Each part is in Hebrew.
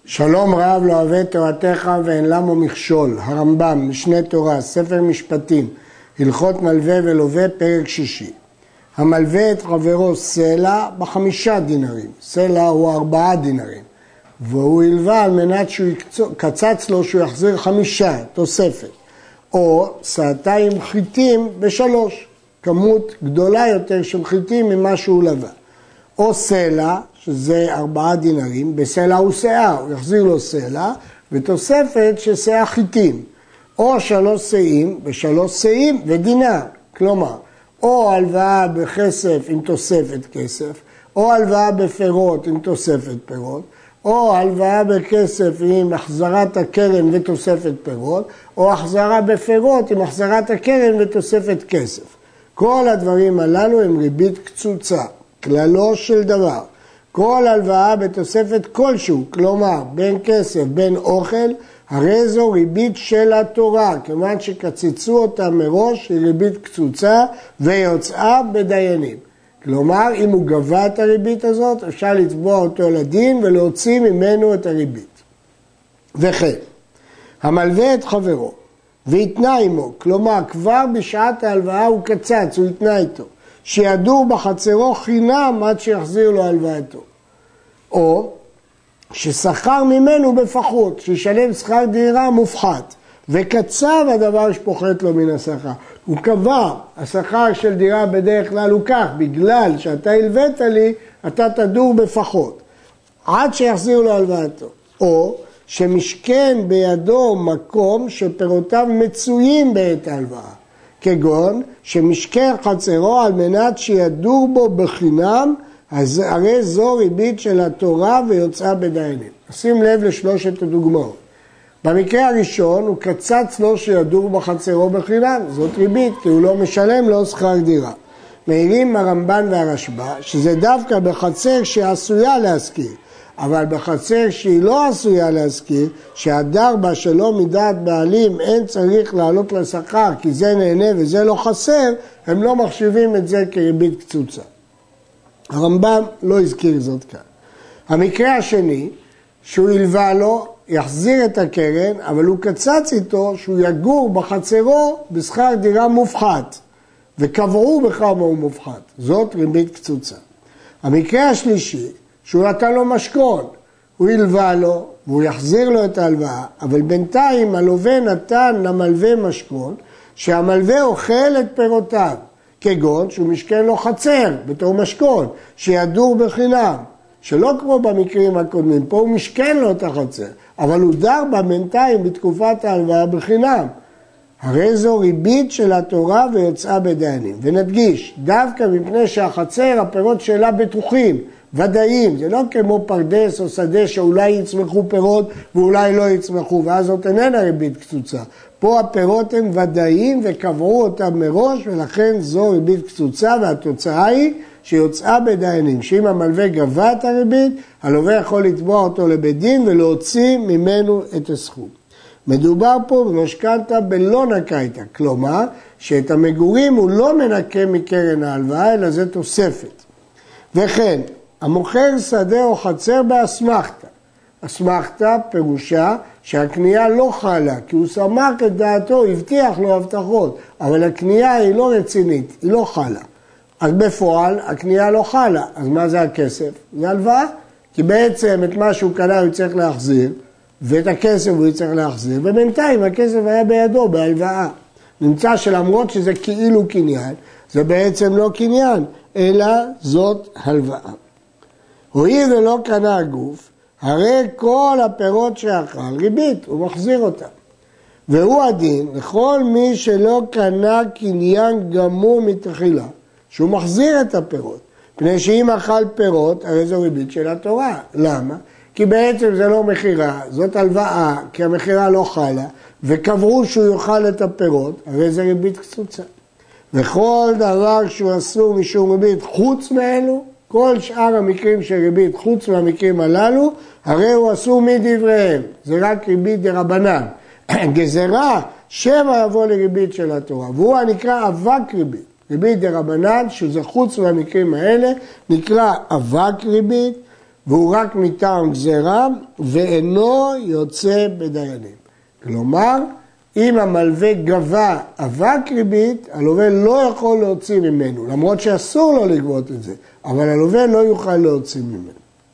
שלום רב לא אוהב תורתך ואין למו מכשול. הרמב"ם, משנה תורה, ספר משפטים, הלכות מלווה ולווה, פרק שישי. המלווה את חברו סלע ב5 דינרים. סלע הוא 4 דינרים. והוא הלווה על מנת שהוא קצץ לו שהוא יחזיר 5, תוספת. או סעתיים חיטים ב3, כמות גדולה יותר של חיטים ממה שהוא לווה. או סלע, שזה 4 דינרים, בסלע הוא שאה, הוא יחזיר לו סלע, ותוספת של שאה חיטים. או 3 שאים ב3 שאים ודינר, כלומר, או הלוואה בכסף עם תוספת כסף, או הלוואה בפירות עם תוספת פירות, או הלוואה בכסף עם החזרת הקרן ותוספת פירות, או החזרה בפירות עם החזרת הקרן ותוספת כסף. כל הדברים הללו הם ריבית קצוצה, כללו של דבר. כל הלוואה בתוספת כלשהו, כלומר בין כסף, בין אוכל, הרי זו ריבית של התורה, כיוון שקציצו אותה מראש, היא ריבית קצוצה ויוצאה בדיינים. כלומר, אם הוא גבה את הריבית הזאת, אפשר לתבוע אותו לדין ולהוציא ממנו את הריבית. וכן, המלווה את חברו והתנה עמו, כלומר כבר בשעת ההלוואה הוא קצץ, הוא התנה איתו, שידור בחצרו חינם עד שיחזיר לו הלוואתו. או ששכר ממנו בפחות, שישלם שכר דירה מופחת, וקצב הדבר שפוחת לו מן השכר. הוא קבע, השכר של דירה בדרך כלל הוא כך, בגלל שאתה הלווית לי, אתה תדור בפחות, עד שיחזיר לו הלוואתו. או שמשכן בידו מקום שפירותיו מצויים בעת ההלוואה, כגון שמשכן חצרו על מנת שידור בו בחינם, אז הרי זו ריבית של התורה ויוצאה בדיינים. שים לב לשלושת הדוגמאות. במקרה הראשון הוא קצץ לו שידור בחצרו בחינם, זאת ריבית כי הוא לא משלם לו שכר דירה. מעירים הרמב"ן והרשב"א שזה דווקא בחצר שעשויה להשכיר, אבל בחצר שהיא לא עשויה להשכיר, שהדר בה שלא מדעת בעלים אין צריך לעלות לשכר כי זה נהנה וזה לא חסר, הם לא מחשיבים את זה כריבית קצוצה. הרמב"ם לא הזכיר זאת כאן. המקרה השני, שהוא הלווה לו, יחזיר את הקרן, אבל הוא קצץ איתו שהוא יגור בחצרו בשכר דירה מופחת, וקבעו בכמה הוא מופחת. זאת ריבית קצוצה. המקרה השלישי, שהוא נתן לו משכון, הוא הלווה לו, והוא יחזיר לו את ההלוואה, אבל בינתיים הלווה נתן למלווה משכון, שהמלווה אוכל את פירותיו, כגון שהוא משכן לו חצר בתור משכון, שידור בחינם, שלא כמו במקרים הקודמים, פה הוא משכן לו את החצר, אבל הוא דר בה בינתיים בתקופת ההלוואה בחינם. הרי זו ריבית של התורה ויוצאה בדיינים. ונדגיש, דווקא מפני שהחצר, הפירות שלה בטוחים, ודאים, זה לא כמו פרדס או שדה שאולי יצמחו פירות ואולי לא יצמחו, ואז זאת איננה ריבית קצוצה. פה הפירות הם ודאים וקבעו אותם מראש, ולכן זו ריבית קצוצה, והתוצאה היא שיוצאה בדיינים. שאם המלווה גבה את הריבית, הלווה יכול לתבוע אותו לבית דין ולהוציא ממנו את הסכום. מדובר פה במשכנתא בלא נקייתא, כלומר שאת המגורים הוא לא מנקה מקרן ההלוואה, אלא זה תוספת. וכן, המוכר שדה או חצר באסמכתא. אסמכתא פירושה שהקנייה לא חלה, כי הוא סמך את דעתו, הבטיח לו הבטחות, אבל הקנייה היא לא רצינית, היא לא חלה. אז בפועל הקנייה לא חלה, אז מה זה הכסף? זה הלוואה, כי בעצם את מה שהוא קנה הוא צריך להחזיר, ואת הכסף הוא צריך להחזיר, ובינתיים הכסף היה בידו, בהלוואה. נמצא שלמרות שזה כאילו קניין, זה בעצם לא קניין, אלא זאת הלוואה. הואיל ולא קנה הגוף, הרי כל הפירות שאכל ריבית, הוא מחזיר אותם. והוא הדין לכל מי שלא קנה קניין גמור מתחילה, שהוא מחזיר את הפירות. פני שאם אכל פירות, הרי זו ריבית של התורה. למה? כי בעצם זה לא מחירה, זאת הלוואה, כי המחירה לא חלה, וקבעו שהוא יאכל את הפירות, הרי זה ריבית קצוצה. וכל דבר שהוא אסור משום ריבית חוץ מאלו, כל שאר המקרים של ריבית חוץ מהמקרים הללו, הרי הוא אסור מדבריהם, זה רק ריבית דרבנן. גזרה, 7 יבוא לריבית של התורה, והוא הנקרא אבק ריבית. ריבית דרבנן, שזה חוץ מהמקרים האלה, נקרא אבק ריבית, והוא רק מטעם גזירה ואינו יוצא בדיינים. כלומר, אם המלווה גבה אבק ריבית, הלווה לא יכול להוציא ממנו, למרות שאסור לו לגבות את זה, אבל הלווה לא יוכל להוציא ממנו.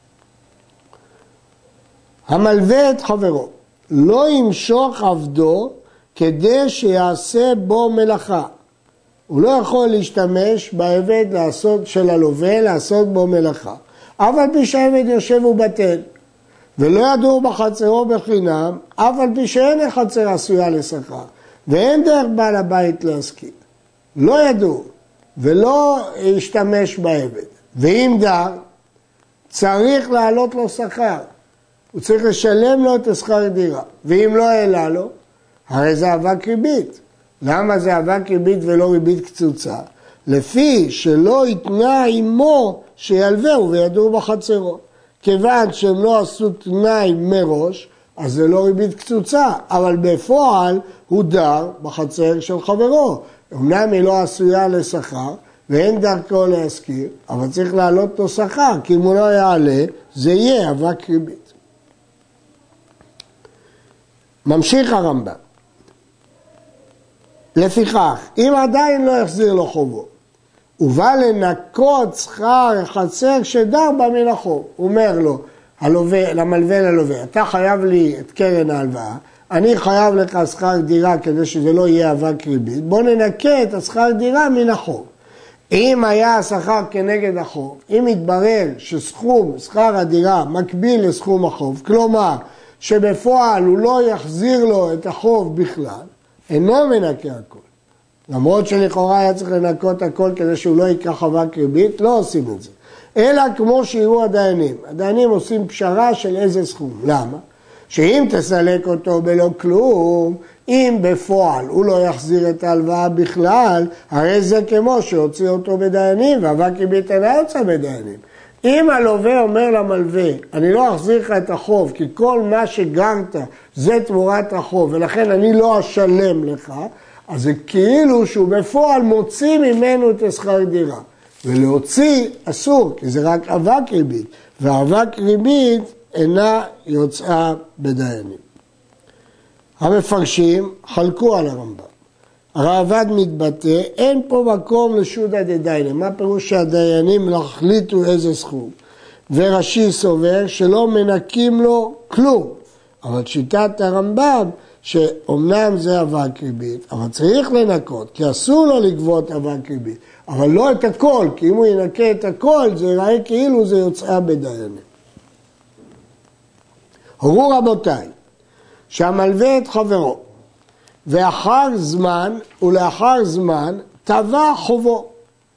המלווה את חברו, לא ימשוך עבדו כדי שיעשה בו מלאכה. הוא לא יכול להשתמש בעבד של הלווה לעשות בו מלאכה. אף על פי שהעבד יושב ובטל, ולא ידור בחצרו בחינם, אף על פי שאין החצר עשויה לשכר, ואין דרך בעל הבית להשכיר. לא ידור, ולא ישתמש בעבד. ואם דר, צריך להעלות לו שכר. הוא צריך לשלם לו את השכר דירה. ואם לא העלה לו, הרי זה אבק ריבית. למה זה אבק ריבית ולא ריבית קצוצה? לפי שלא יתנה עמו שילווהו וידור בחצרו. כיוון שהם לא עשו תנאי מראש, אז זה לא ריבית קצוצה, אבל בפועל הוא דר בחצר של חברו. אמנם היא לא עשויה לשכר, ואין דרכו להשכיר, אבל צריך להעלות לו שכר, כי אם הוא לא יעלה, זה יהיה אבק ריבית. ממשיך הרמב"ם. לפיכך, אם עדיין לא יחזיר לו חובו, ובא לנקות שכר החצר שדר בה מן החוב. הוא אומר לו, למלווה ללווה, אתה חייב לי את קרן ההלוואה, אני חייב לך שכר דירה כדי שזה לא יהיה אבק ריבית, בוא ננקה את השכר דירה מן החוב. אם היה השכר כנגד החוב, אם יתברר שסכום שכר הדירה מקביל לסכום החוב, כלומר שבפועל הוא לא יחזיר לו את החוב בכלל, אינו מנקה הכל. למרות שלכאורה היה צריך לנקות הכל כדי שהוא לא ייקח אבק ריבית, לא עושים את זה. אלא כמו שיראו הדיינים. הדיינים עושים פשרה של איזה סכום. למה? שאם תסלק אותו בלא כלום, אם בפועל הוא לא יחזיר את ההלוואה בכלל, הרי זה כמו שהוציא אותו בדיינים, ואבק ריבית אינה יוצא בדיינים. אם הלווה אומר למלווה, אני לא אחזיר לך את החוב, כי כל מה שגרת זה תמורת החוב, ולכן אני לא אשלם לך, אז זה כאילו שהוא בפועל מוציא ממנו את השכר דירה. ולהוציא אסור, כי זה רק אבק ריבית, ואבק ריבית אינה יוצאה בדיינים. המפרשים חלקו על הרמב"ם. הראב"ד מתבטא, אין פה מקום לשודא דדיינים. מה פירוש שהדיינים לא החליטו איזה סכום? ורש"י סובר שלא מנקים לו כלום. אבל שיטת הרמב"ם, שאומנם זה אבק ריבית, אבל צריך לנקות, כי אסור לו לגבות אבק ריבית, אבל לא את הכל, כי אם הוא ינקה את הכל, זה ייראה כאילו זה יוצאה בדיינים. הורו רבותיי, שהמלווה את חברו, ואחר זמן ולאחר זמן תבע חובו.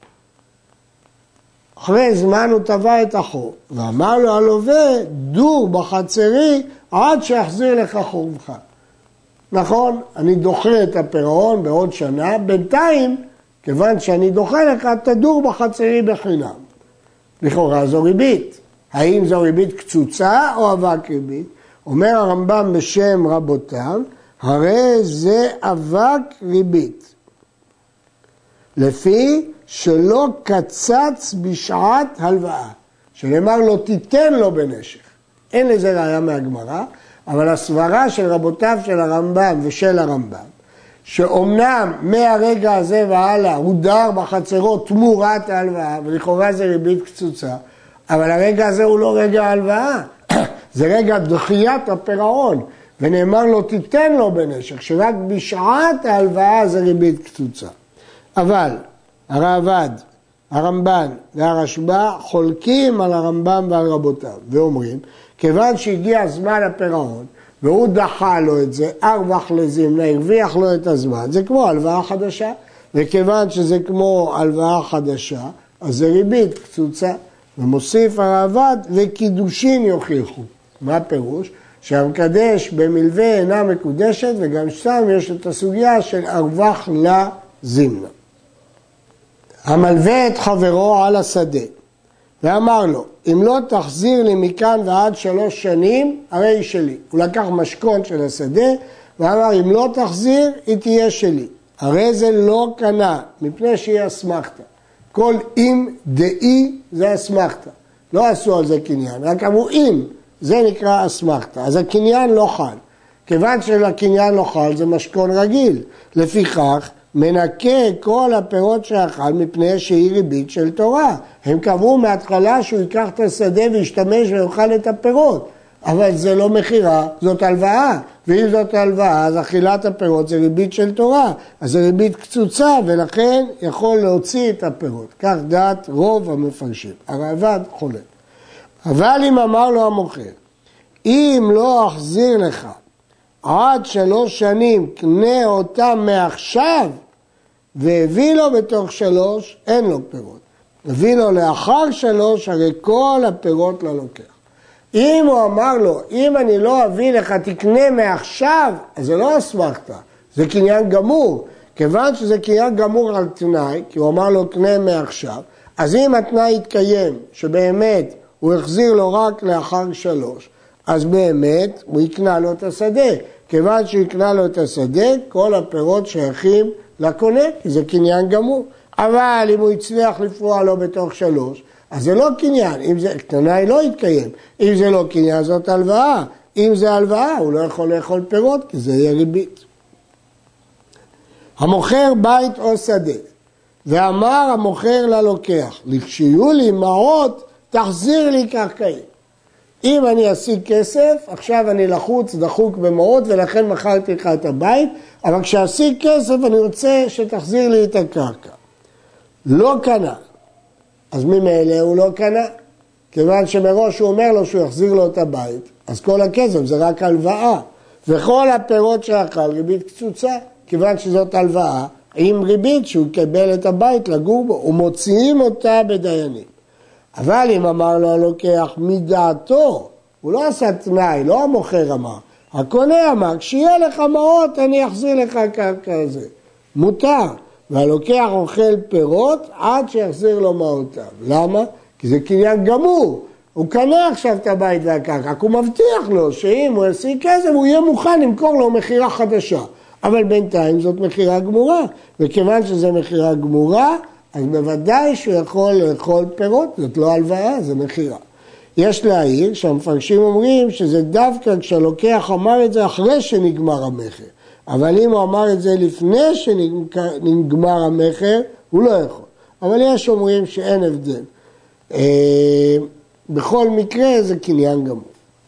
אחרי זמן הוא תבע את החוב, ואמר לו הלווה, דור בחצרי עד שיחזיר לך חובך. נכון, אני דוחה את הפירעון בעוד שנה, בינתיים, כיוון שאני דוחה לך, תדור בחצרי בחינם. לכאורה זו ריבית. האם זו ריבית קצוצה או אבק ריבית? אומר הרמב"ם בשם רבותיו, הרי זה אבק ריבית. לפי שלא קצץ בשעת הלוואה. שנאמר לו תיתן לו בנשך. אין לזה ראיה מהגמרא, אבל הסברה של רבותיו של הרמב"ם ושל הרמב"ם, שאומנם מהרגע הזה והלאה הוא דר בחצרו תמורת ההלוואה, ולכאורה זה ריבית קצוצה, אבל הרגע הזה הוא לא רגע ההלוואה, זה רגע דחיית הפירעון, ונאמר לו תיתן לו בנשך, שרק בשעת ההלוואה זה ריבית קצוצה. אבל הראב"ד, הרמב"ן והרשב"א חולקים על הרמב"ם ועל רבותיו, ואומרים, כיוון שהגיע זמן הפירעון, והוא דחה לו את זה, ארווח לזימנה, הרוויח לו את הזמן, זה כמו הלוואה חדשה, וכיוון שזה כמו הלוואה חדשה, אז זה ריבית קצוצה, ומוסיף הראב"ד, וקידושין יוכיחו. מה הפירוש? שהמקדש במלווה אינה מקודשת, וגם שם יש את הסוגיה של ארווח לזימנה. המלווה את חברו על השדה, ואמר לו, אם לא תחזיר לי מכאן ועד 3 שנים, הרי היא שלי. הוא לקח משכון של השדה, ואמר, אם לא תחזיר, היא תהיה שלי. הרי זה לא קנה, מפני שהיא אסמכתה. כל אם דאי זה אסמכתה. לא עשו על זה קניין, רק אמרו אם, זה נקרא אסמכתא, אז הקניין לא חל. כיוון שלקניין לא חל זה משכון רגיל, לפיכך מנקה כל הפירות שאכל מפני שהיא ריבית של תורה. הם קבעו מההתחלה שהוא ייקח את השדה וישתמש ויאכל את הפירות, אבל זה לא מחירה, זאת הלוואה, ואם זאת הלוואה אז אכילת הפירות זה ריבית של תורה, אז זה ריבית קצוצה ולכן יכול להוציא את הפירות. כך דעת רוב המפרשים, הרעב"ד חולק. אבל אם אמר לו המוכר, אם לא אחזיר לך עד 3 שנים קנה אותם מעכשיו, והביא לו בתוך 3, אין לו פירות. הביא לו לאחר 3, הרי כל הפירות לא לוקח. אם הוא אמר לו, אם אני לא אביא לך תקנה מעכשיו, אז זה לא אסמכתא, זה קניין גמור. כיוון שזה קניין גמור על תנאי, כי הוא אמר לו קנה מעכשיו, אז אם התנאי יתקיים, שבאמת הוא החזיר לו רק לאחר 3, אז באמת הוא יקנה לו את השדה. כיוון שהוא יקנה לו את השדה, כל הפירות שייכים לקונה, כי זה קניין גמור. אבל אם הוא הצליח לפרוע לו בתוך 3, אז זה לא קניין, אם זה, תנאי לא יתקיים. אם זה לא קניין, זאת הלוואה. אם זה הלוואה, הוא לא יכול לאכול פירות, כי זה יהיה ריבית. המוכר בית או שדה, ואמר המוכר ללוקח, לכשיהיו לי מעות, תחזיר לי קרקעי. אם אני אשיג כסף, עכשיו אני לחוץ, דחוק במעות, ולכן מכרתי לך את הבית, אבל כשאשיג כסף אני רוצה שתחזיר לי את הקרקע. לא קנה. אז ממילא הוא לא קנה. כיוון שמראש הוא אומר לו שהוא יחזיר לו את הבית, אז כל הכסף זה רק הלוואה. וכל הפירות שאכל ריבית קצוצה, כיוון שזאת הלוואה, עם ריבית שהוא יקבל את הבית לגור בו, ומוציאים אותה בדיינים. אבל אם אמר לו הלוקח מדעתו, הוא לא עשה תנאי, לא המוכר אמר, הקונה אמר, כשיהיה לך מעות אני אחזיר לך הקרקע הזה. מותר, והלוקח אוכל פירות עד שיחזיר לו מעותיו. למה? כי זה קניין גמור. הוא קנה עכשיו את הבית והקרקע, הוא מבטיח לו שאם הוא ישיג כסף הוא יהיה מוכן למכור לו מחירה חדשה. אבל בינתיים זאת מחירה גמורה, וכיוון שזה מחירה גמורה, אז בוודאי שהוא יכול לאכול פירות, זאת לא הלוואה, זה מחירה. יש להעיר שהמפרשים אומרים שזה דווקא כשהלוקח אמר את זה אחרי שנגמר המחר. אבל אם הוא אמר את זה לפני שנגמר המחר, הוא לא יכול. אבל יש אומרים שאין הבדל. בכל מקרה זה קניין גמור.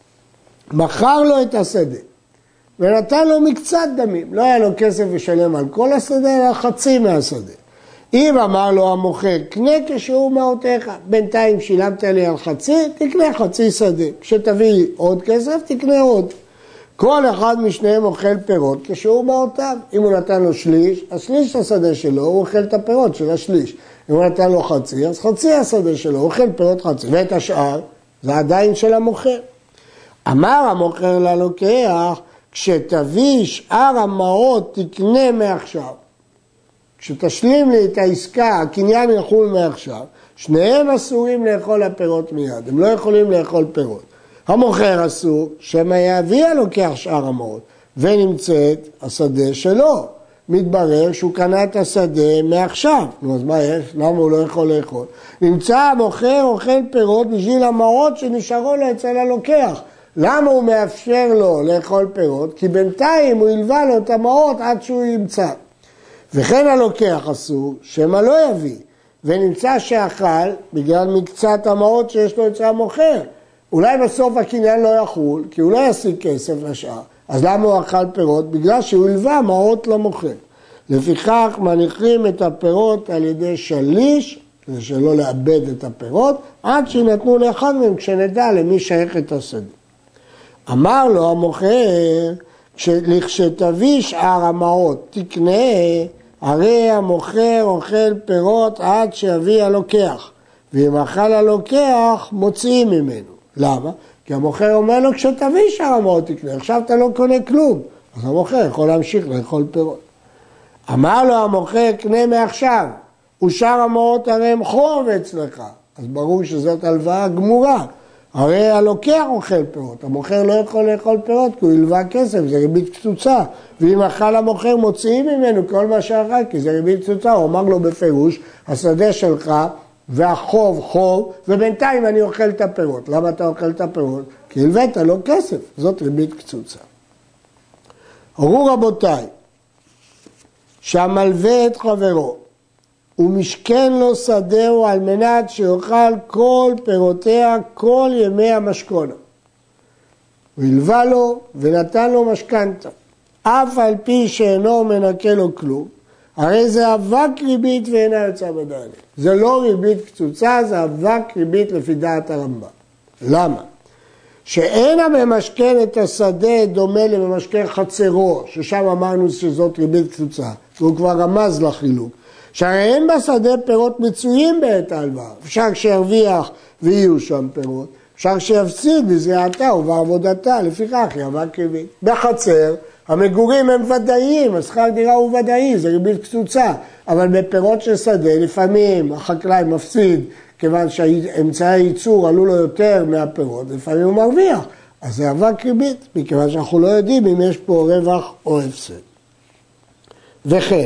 מכר לו את השדה, ונתן לו מקצת דמים. לא היה לו כסף לשלם על כל השדה, אלא חצי מהשדה. אם אמר לו המוכר, קנה כשהוא מעותיך, בינתיים שילמת לי על חצי, תקנה חצי שדה. כשתביא עוד כסף, תקנה עוד. כל אחד משניהם אוכל פירות כשהוא מעותיו. אם הוא נתן לו שליש, אז שליש השדה שלו, הוא אוכל את הפירות של השליש. אם הוא נתן לו חצי, אז חצי השדה שלו, הוא אוכל פירות חצי. ואת השאר, זה עדיין של המוכר. אמר המוכר ללוקח, כשתביא שאר המעות תקנה מעכשיו. כשתשלים לי את העסקה, הקניין יחול מעכשיו, שניהם אסורים לאכול הפירות מיד, הם לא יכולים לאכול פירות. המוכר אסור, שמא יביא הלוקח שאר המעות, ונמצאת השדה שלו. מתברר שהוא קנה את השדה מעכשיו. נו, אז מה יש? למה הוא לא יכול לאכול? נמצא המוכר אוכל פירות בשביל המעות שנשארו לו אצל הלוקח. למה הוא מאפשר לו לאכול פירות? כי בינתיים הוא ילווה לו את המעות עד שהוא ימצא. וכן הלוקח אסור, שמא לא יביא, ונמצא שאכל בגלל מקצת המעות שיש לו אצל המוכר. אולי בסוף הקניין לא יחול, כי הוא לא ישיג כסף לשאר. אז למה הוא אכל פירות? בגלל שהוא ילווה מעות למוכר. לפיכך מניחים את הפירות על ידי שליש, כדי שלא לאבד את הפירות, עד שינתנו לאחד מהם כשנדע למי שייך את השדה. אמר לו המוכר, לכשתביא שאר המעות תקנה, הרי המוכר אוכל פירות עד שיביא הלוקח, ואם אכל הלוקח מוציאים ממנו. למה? כי המוכר אומר לו כשתביא שאר המעות תקנה, עכשיו אתה לא קונה כלום, אז המוכר יכול להמשיך לאכול פירות. אמר לו המוכר קנה מעכשיו, ושאר המעות הרי הם חוב אצלך, אז ברור שזאת הלוואה גמורה. הרי הלוקח אוכל פירות, המוכר לא יכול לאכול פירות כי הוא ילווה כסף, זה ריבית קצוצה. ואם אכל המוכר מוציאים ממנו כל מה שאכל, כי זה ריבית קצוצה. הוא אמר לו בפירוש, השדה שלך והחוב חוב, ובינתיים אני אוכל את הפירות. למה אתה אוכל את הפירות? כי הלווית לו כסף, זאת ריבית קצוצה. הורו רבותיי, שהמלווה את חברו, ומשכן לו שדהו על מנת שיאכל כל פירותיה כל ימי המשכונה. הוא הלווה לו ונתן לו משכנתה, אף על פי שאינו מנקה לו כלום, הרי זה אבק ריבית ואינה יוצאה בדעת. זה לא ריבית קצוצה, זה אבק ריבית לפי דעת הרמב"ם. למה? שאין הממשכן את השדה דומה לממשכן חצרו, ששם אמרנו שזאת ריבית קצוצה, והוא כבר רמז לחילוק. שהרי אין בשדה פירות מצויים בעת ההלוואה, אפשר שירוויח ויהיו שם פירות, אפשר שיפסיד בזריעתה ובעבודתה, לפיכך היא אבק ריבית. בחצר, המגורים הם ודאיים, השכר דירה הוא ודאי, זה ריבית קצוצה, אבל בפירות של שדה לפעמים החקלאי מפסיד, כיוון שאמצעי הייצור עלו לו יותר מהפירות, לפעמים הוא מרוויח, אז זה אבק ריבית, מכיוון שאנחנו לא יודעים אם יש פה רווח או הפסד. וכן,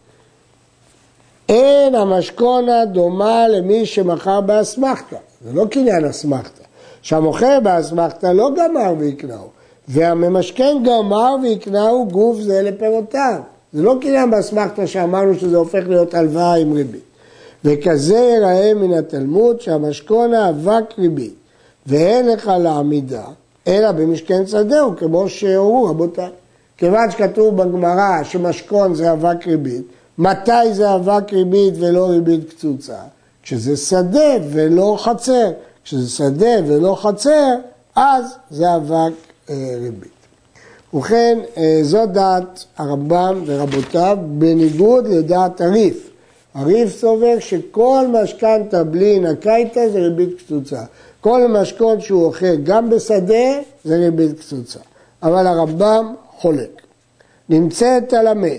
אין המשכונה דומה למי שמכר באסמכתה, זה לא קניין אסמכתה, שהמוכר באסמכתה לא גמר ויקנהו, והממשכן גמר ויקנהו גוף זה לפירותיו, זה לא קניין באסמכתה שאמרנו שזה הופך להיות הלוואה עם ריבית. וכזה יראה מן התלמוד שהמשכונה אבק ריבית, ואין לך לעמידה, אלא במשכן שדהו, כמו שהורו רבותיי. כיוון שכתוב בגמרא שמשכון זה אבק ריבית, מתי זה אבק ריבית ולא ריבית קצוצה? כשזה שדה ולא חצר. כשזה שדה ולא חצר, אז זה אבק ריבית. ובכן, זו דעת הרמב"ם ורבותיו, בניגוד לדעת הריף. הריף סובר שכל משכנתא בלי נקייתא זה ריבית קצוצה. כל משכון שהוא אוכל גם בשדה זה ריבית קצוצה. אבל הרמב"ם חולק. נמצא תלמד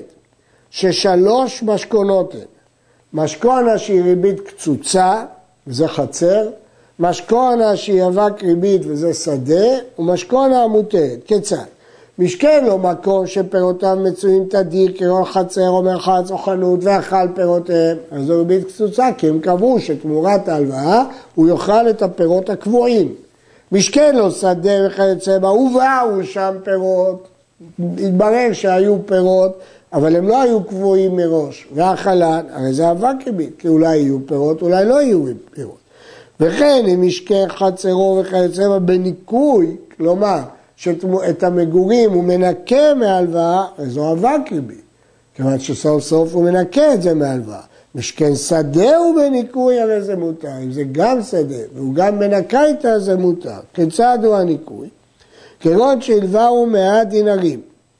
ששלוש משכונות הן. משכונה שהיא ריבית קצוצה, וזה חצר, משכונה שהיא אבק ריבית וזה שדה, ומשכונה המותרת. כיצד? משכן לו מקום שפירותיו מצויים תדיר, כגון חצר או מרחץ או חנות, ואכל פירותיהם, אז זו ריבית קצוצה, כי הם קבעו שתמורת ההלוואה הוא יאכל את הפירות הקבועים. משכן לו שדה וכיוצא בה, ובאו שם פירות, התברר שהיו פירות, אבל הם לא היו קבועים מראש, והחלן, הרי זה אבק ריבית, כי אולי יהיו פירות, אולי לא יהיו פירות. וכן, אם משכן חצרו וכיוצא בה בניקוי, כלומר, שאת המגורים הוא מנקה מההלוואה, זו אבק ריבית. כיוון שסוף סוף הוא מנקה את זה מההלוואה. משכן שדה הוא בניקוי, הרי זה מותר. אם זה גם שדה והוא גם מנקה איתה, זה מותר. כיצד הוא הניקוי? כגון שהלווהו 100 דינרים,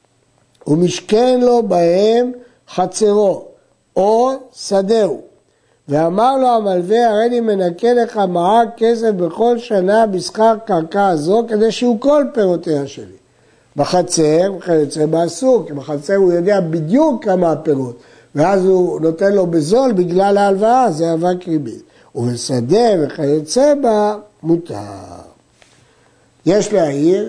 ומשכן לו בהם חצרו, או שדהו. ואמר לו המלווה, הרי אני מנקה לך מעק כסף בכל שנה בשכר קרקע הזו, כדי שהוא כל פירותיה שלי. בחצר, וכיוצא באסור, כי בחצר הוא יודע בדיוק כמה הפירות, ואז הוא נותן לו בזול בגלל ההלוואה, זה אבק ריבית. ובשדה וכיוצא בה, מותר. יש להעיר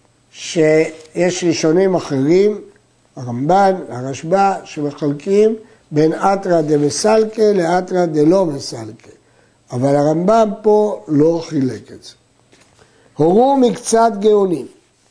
שיש ראשונים אחרים, הרמב"ן, הרשב"א, שמחלקים בין אתרא דמסלקה לאתרא דלא מסלקה. אבל הרמב"ם פה לא חילק את זה. הורו מקצת גאונים,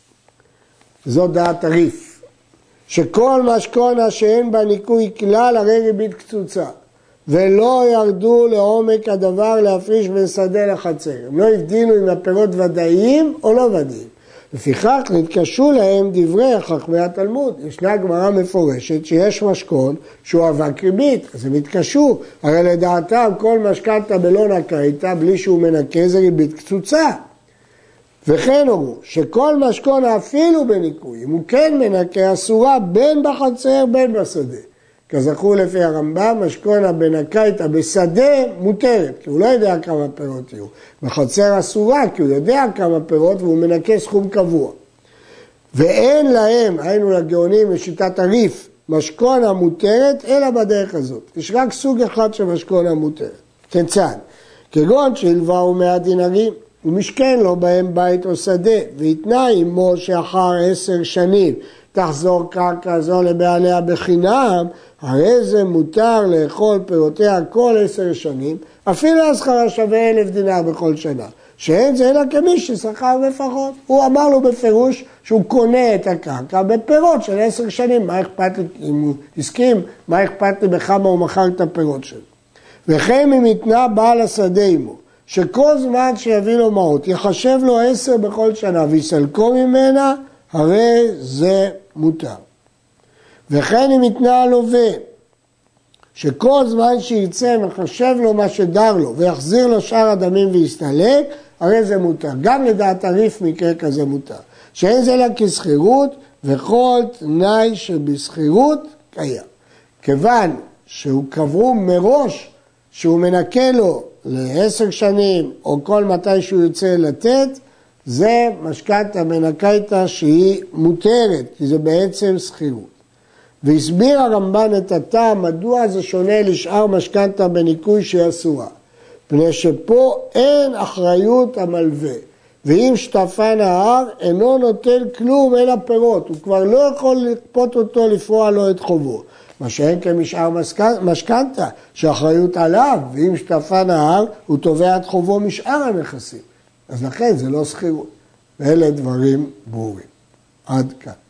זו דעת הריף, שכל משכונה שאין בה ניקוי כלל הרי ריבית קצוצה, ולא ירדו לעומק הדבר להפריש בין שדה לחצר. הם לא הבדילו אם הפירות ודאיים או לא ודאיים. לפיכך נתקשו להם דברי חכמי התלמוד. ישנה גמרא מפורשת שיש משכון שהוא אבק ריבית, אז הם התקשו. הרי לדעתם כל משכנתא בלא נקייתא, בלי שהוא מנקה, זה ריבית קצוצה. וכן אמרו שכל משכון אפילו בניקוי, אם הוא כן מנקה, אסורה בין בחצר בין בשדה. כזכור לפי הרמב"ם, משכונה בנקייתא בשדה מותרת, כי הוא לא יודע כמה פירות יהיו. בחצר אסורה, כי הוא יודע כמה פירות והוא מנקה סכום קבוע. ואין להם, היינו לגאונים בשיטת הריף, משכונה מותרת, אלא בדרך הזאת. יש רק סוג אחד של משכונה מותרת. כיצד? כגון שהלווהו 100 דינרים, ומשכן לו בהם בית או שדה, ויתנה עמו שאחר 10 שנים תחזור קרקע זו לבעליה בחינם, הרי זה מותר לאכול פירותיה כל 10 שנים, אפילו השכרה שווה 1,000 דינר בכל שנה. שאין זה אלא כמי ששכר בפחות. הוא אמר לו בפירוש שהוא קונה את הקרקע בפירות של 10 שנים. מה אכפת לי, אם הוא הסכים, מה אכפת לי בכמה הוא מכר את הפירות שלו. וכן אם יתנה בעל השדה עמו, שכל זמן שיביא לו מעות יחשב לו 10 בכל שנה ויסלקו ממנה, הרי זה מותר. וכן אם יתנה הלווה, שכל זמן שירצה מחשב לו מה שדר לו ויחזיר לו שאר הדמים ויסתלק, הרי זה מותר. גם לדעת הריף מקרה כזה מותר. שאין זה לה כסחירות וכל תנאי שבסחירות קיים. כיוון שהוא קבעו מראש שהוא מנקה לו ל10 שנים או כל מתי שהוא יוצא לתת, זה משכנתא מנקייתא שהיא מותרת, כי זה בעצם סחירות. והסביר הרמב"ן את הטעם מדוע זה שונה לשאר משכנתא בניקוי שהיא אסורה. פני שפה אין אחריות המלווה, ואם שטפה נהר אינו נוטל כלום אלא פירות, הוא כבר לא יכול לכפות אותו לפרוע לו את חובו. מה שאין כמשאר משכנתא, שאחריות עליו, ואם שטפה נהר הוא תובע את חובו משאר הנכסים. אז לכן זה לא סחירות. ואלה דברים ברורים. עד כאן.